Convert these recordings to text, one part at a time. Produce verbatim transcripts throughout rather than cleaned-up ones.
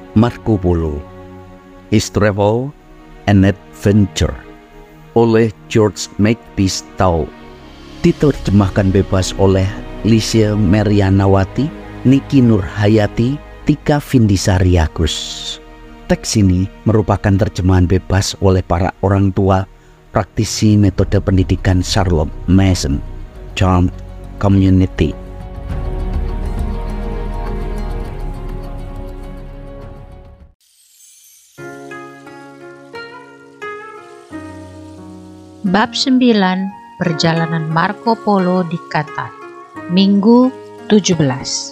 Marco Polo, His Travel and Adventure oleh George Makepeace Tau. Diterjemahkan bebas oleh Lisha Merianawati, Niki Nurhayati, Tika Vindisari Agus. Teks ini merupakan terjemahan bebas oleh para orang tua praktisi metode pendidikan Charlotte Mason Charmed Community. Bab sembilan, Perjalanan Marco Polo di Qatar, Minggu tujuh belas.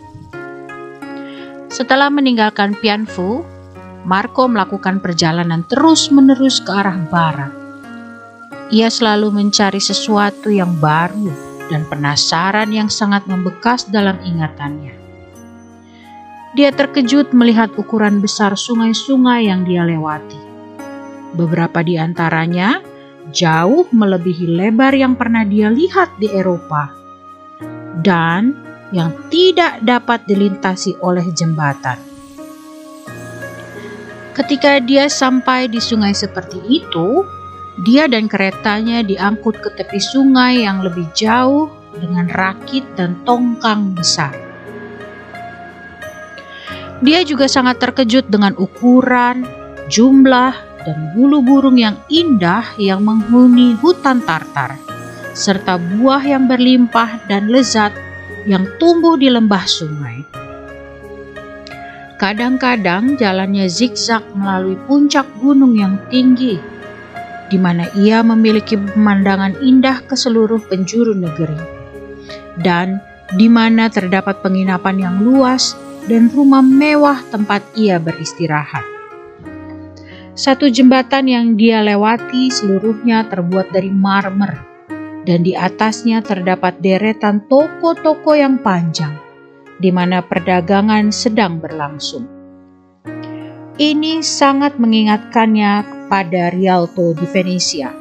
Setelah meninggalkan Pianfu, Marco melakukan perjalanan terus-menerus ke arah barat. Ia selalu mencari sesuatu yang baru dan penasaran yang sangat membekas dalam ingatannya. Dia terkejut melihat ukuran besar sungai-sungai yang dia lewati. Beberapa di antaranya jauh melebihi lebar yang pernah dia lihat di Eropa dan yang tidak dapat dilintasi oleh jembatan. Ketika dia sampai di sungai seperti itu, dia dan keretanya diangkut ke tepi sungai yang lebih jauh dengan rakit dan tongkang besar. Dia juga sangat terkejut dengan ukuran, jumlah, dan bulu burung yang indah yang menghuni hutan Tartar, serta buah yang berlimpah dan lezat yang tumbuh di lembah sungai. Kadang-kadang jalannya zigzag melalui puncak gunung yang tinggi, di mana ia memiliki pemandangan indah ke seluruh penjuru negeri, dan di mana terdapat penginapan yang luas dan rumah mewah tempat ia beristirahat. Satu jembatan yang dia lewati seluruhnya terbuat dari marmer, dan di atasnya terdapat deretan toko-toko yang panjang, di mana perdagangan sedang berlangsung. Ini sangat mengingatkannya pada Rialto di Venesia.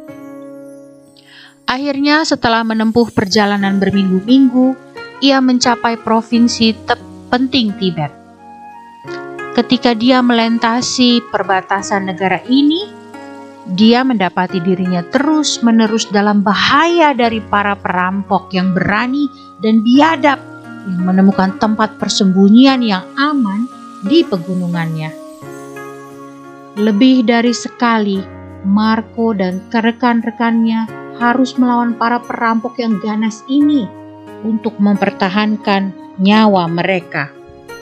Akhirnya setelah menempuh perjalanan berminggu-minggu, ia mencapai provinsi terpenting Tibet. Ketika dia melintasi perbatasan negara ini, dia mendapati dirinya terus-menerus dalam bahaya dari para perampok yang berani dan biadab yang menemukan tempat persembunyian yang aman di pegunungannya. Lebih dari sekali, Marco dan rekan-rekannya harus melawan para perampok yang ganas ini untuk mempertahankan nyawa mereka.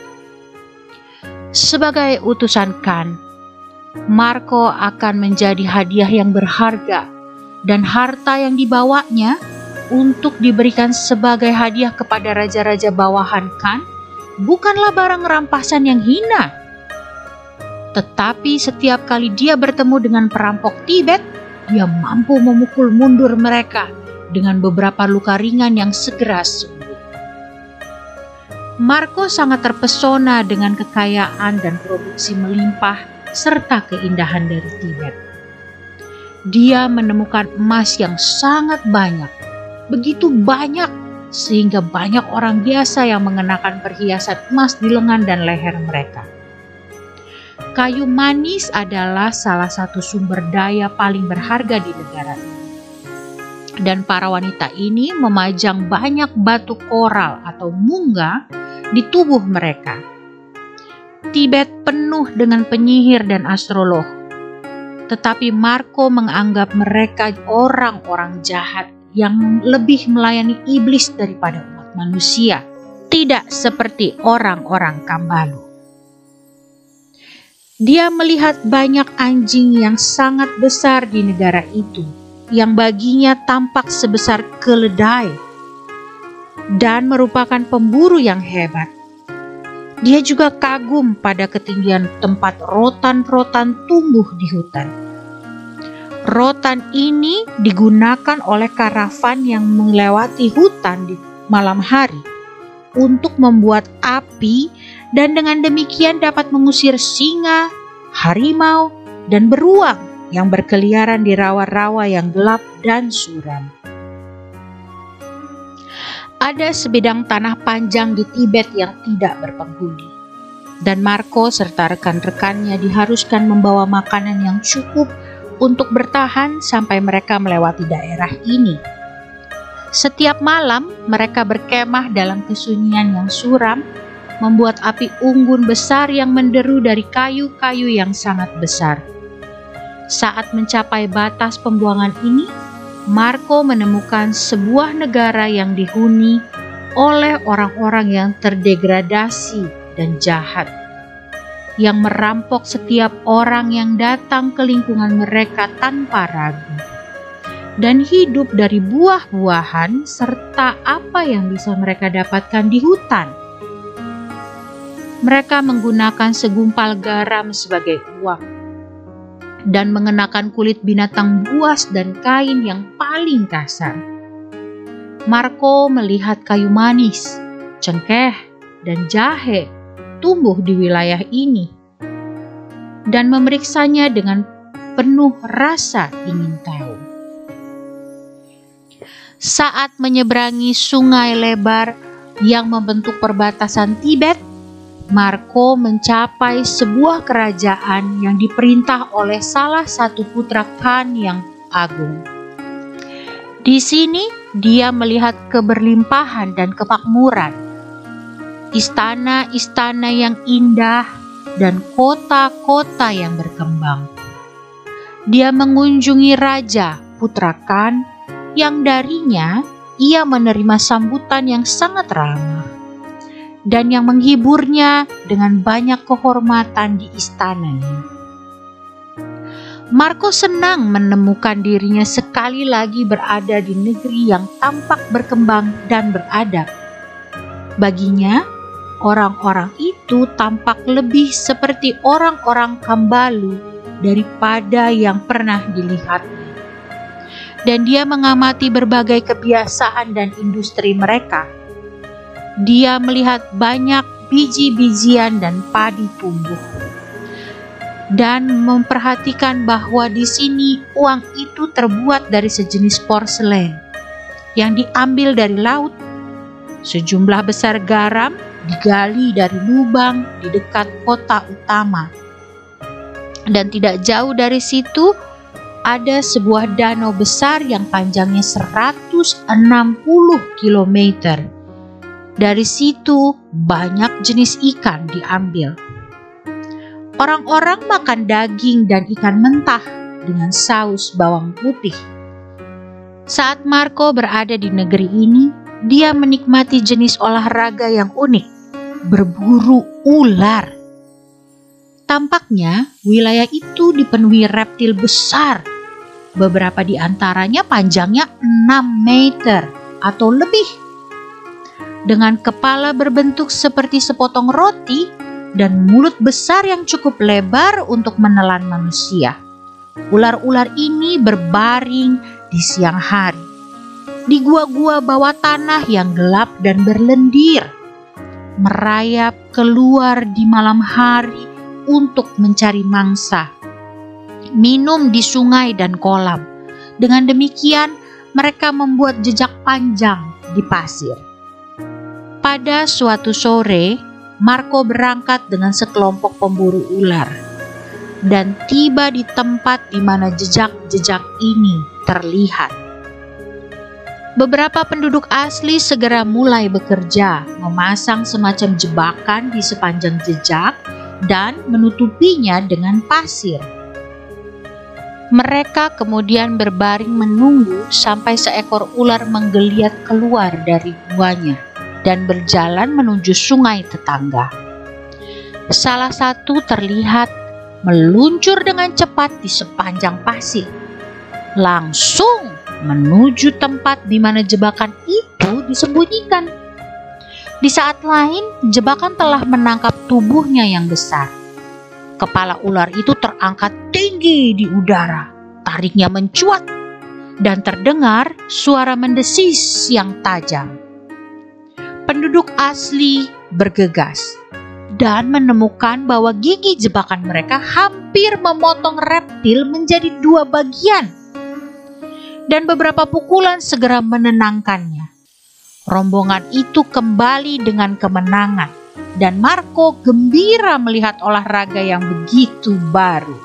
Sebagai utusan Khan, Marco akan menjadi hadiah yang berharga dan harta yang dibawanya untuk diberikan sebagai hadiah kepada raja-raja bawahan Khan bukanlah barang rampasan yang hina. Tetapi setiap kali dia bertemu dengan perampok Tibet, dia mampu memukul mundur mereka dengan beberapa luka ringan yang segera sembuh. Marco sangat terpesona dengan kekayaan dan produksi melimpah serta keindahan dari Tibet. Dia menemukan emas yang sangat banyak, begitu banyak sehingga banyak orang biasa yang mengenakan perhiasan emas di lengan dan leher mereka. Kayu manis adalah salah satu sumber daya paling berharga di negara ini. Dan para wanita ini memajang banyak batu koral atau mungga di tubuh mereka. Tibet penuh dengan penyihir dan astrolog, tetapi Marco menganggap mereka orang-orang jahat yang lebih melayani iblis daripada umat manusia, tidak seperti orang-orang Kambalu. Dia melihat banyak anjing yang sangat besar di negara itu, yang baginya tampak sebesar keledai dan merupakan pemburu yang hebat. Dia juga kagum pada ketinggian tempat rotan-rotan tumbuh di hutan. Rotan ini digunakan oleh karavan yang melewati hutan di malam hari untuk membuat api, dan dengan demikian dapat mengusir singa, harimau, dan beruang yang berkeliaran di rawa-rawa yang gelap dan suram. Ada sebidang tanah panjang di Tibet yang tidak berpenghuni. dan Marco serta rekan-rekannya diharuskan membawa makanan yang cukup untuk bertahan sampai mereka melewati daerah ini. Setiap malam mereka berkemah dalam kesunyian yang suram, membuat api unggun besar yang menderu dari kayu-kayu yang sangat besar. Saat mencapai batas pembuangan ini, Marco menemukan sebuah negara yang dihuni oleh orang-orang yang terdegradasi dan jahat, yang merampok setiap orang yang datang ke lingkungan mereka tanpa ragu, dan hidup dari buah-buahan serta apa yang bisa mereka dapatkan di hutan. Mereka menggunakan segumpal garam sebagai uang dan mengenakan kulit binatang buas dan kain yang paling kasar. Marco melihat kayu manis, cengkeh, dan jahe tumbuh di wilayah ini dan memeriksanya dengan penuh rasa ingin tahu. Saat menyeberangi sungai lebar yang membentuk perbatasan Tibet, Marco mencapai sebuah kerajaan yang diperintah oleh salah satu putra Khan yang agung. Di sini dia melihat keberlimpahan dan kemakmuran, istana-istana yang indah, dan kota-kota yang berkembang. Dia mengunjungi raja putra Khan yang darinya ia menerima sambutan yang sangat ramah dan yang menghiburnya dengan banyak kehormatan di istananya. Marco senang menemukan dirinya sekali lagi berada di negeri yang tampak berkembang dan beradab. Baginya, orang-orang itu tampak lebih seperti orang-orang Kambalu daripada yang pernah dilihatnya. Dan dia mengamati berbagai kebiasaan dan industri mereka. Dia melihat banyak biji-bijian dan padi tumbuh, dan memperhatikan bahwa di sini uang itu terbuat dari sejenis porselen yang diambil dari laut. Sejumlah besar garam digali dari lubang di dekat kota utama, dan tidak jauh dari situ ada sebuah danau besar yang panjangnya seratus enam puluh kilometer. Dari situ banyak jenis ikan diambil. Orang-orang makan daging dan ikan mentah dengan saus bawang putih. Saat Marco berada di negeri ini, dia menikmati jenis olahraga yang unik, berburu ular. Tampaknya wilayah itu dipenuhi reptil besar. Beberapa di antaranya panjangnya enam meter atau lebih, dengan kepala berbentuk seperti sepotong roti dan mulut besar yang cukup lebar untuk menelan manusia. Ular-ular ini berbaring di siang hari, di gua-gua bawah tanah yang gelap dan berlendir, merayap keluar di malam hari untuk mencari mangsa, minum di sungai dan kolam. Dengan demikian, mereka membuat jejak panjang di pasir. Pada suatu sore, Marco berangkat dengan sekelompok pemburu ular dan tiba di tempat di mana jejak-jejak ini terlihat. Beberapa penduduk asli segera mulai bekerja, memasang semacam jebakan di sepanjang jejak dan menutupinya dengan pasir. Mereka kemudian berbaring menunggu sampai seekor ular menggeliat keluar dari guanya dan berjalan menuju sungai tetangga. Salah satu terlihat meluncur dengan cepat di sepanjang pasir, langsung menuju tempat di mana jebakan itu disembunyikan. Di saat lain, jebakan telah menangkap tubuhnya yang besar. Kepala ular itu terangkat tinggi di udara, tariknya mencuat, dan terdengar suara mendesis yang tajam. Penduduk asli bergegas dan menemukan bahwa gigi jebakan mereka hampir memotong reptil menjadi dua bagian, dan beberapa pukulan segera menenangkannya. Rombongan itu kembali dengan kemenangan dan Marco gembira melihat olahraga yang begitu baru.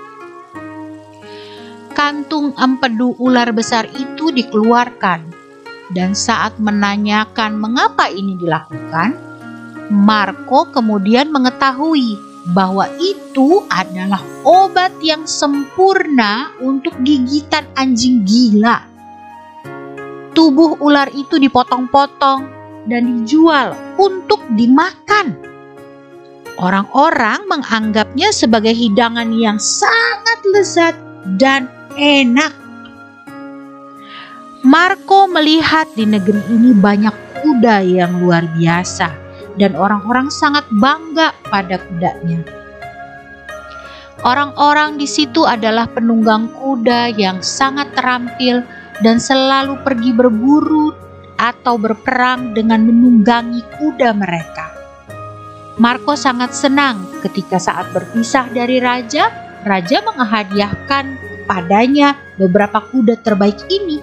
Kantung empedu ular besar itu dikeluarkan, dan saat menanyakan mengapa ini dilakukan, Marco kemudian mengetahui bahwa itu adalah obat yang sempurna untuk gigitan anjing gila. Tubuh ular itu dipotong-potong dan dijual untuk dimakan. Orang-orang menganggapnya sebagai hidangan yang sangat lezat dan enak. Marco melihat di negeri ini banyak kuda yang luar biasa dan orang-orang sangat bangga pada kudanya. Orang-orang di situ adalah penunggang kuda yang sangat terampil dan selalu pergi berburu atau berperang dengan menunggangi kuda mereka. Marco sangat senang ketika saat berpisah dari raja, raja menghadiahkan padanya beberapa kuda terbaik ini.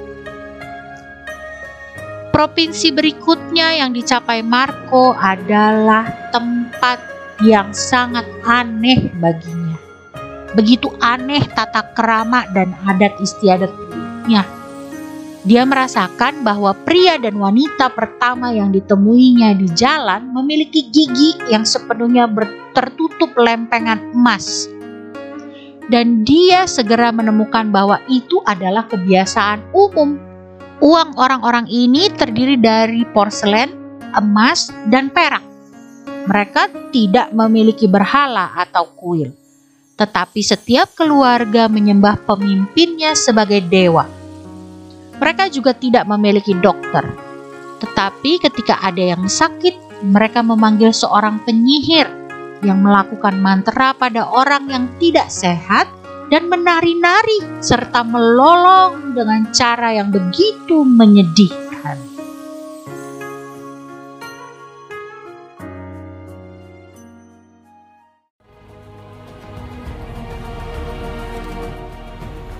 Provinsi berikutnya yang dicapai Marco adalah tempat yang sangat aneh baginya. Begitu aneh tata krama dan adat istiadat penduduknya. Dia merasakan bahwa pria dan wanita pertama yang ditemuinya di jalan memiliki gigi yang sepenuhnya tertutup lempengan emas. Dan dia segera menemukan bahwa itu adalah kebiasaan umum. Uang orang-orang ini terdiri dari porselen, emas, dan perak. Mereka tidak memiliki berhala atau kuil, tetapi setiap keluarga menyembah pemimpinnya sebagai dewa. Mereka juga tidak memiliki dokter, tetapi ketika ada yang sakit, mereka memanggil seorang penyihir yang melakukan mantra pada orang yang tidak sehat dan menari-nari serta melolong dengan cara yang begitu menyedihkan.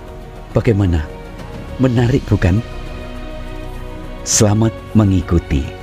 Bagaimana? Menarik bukan? Selamat mengikuti.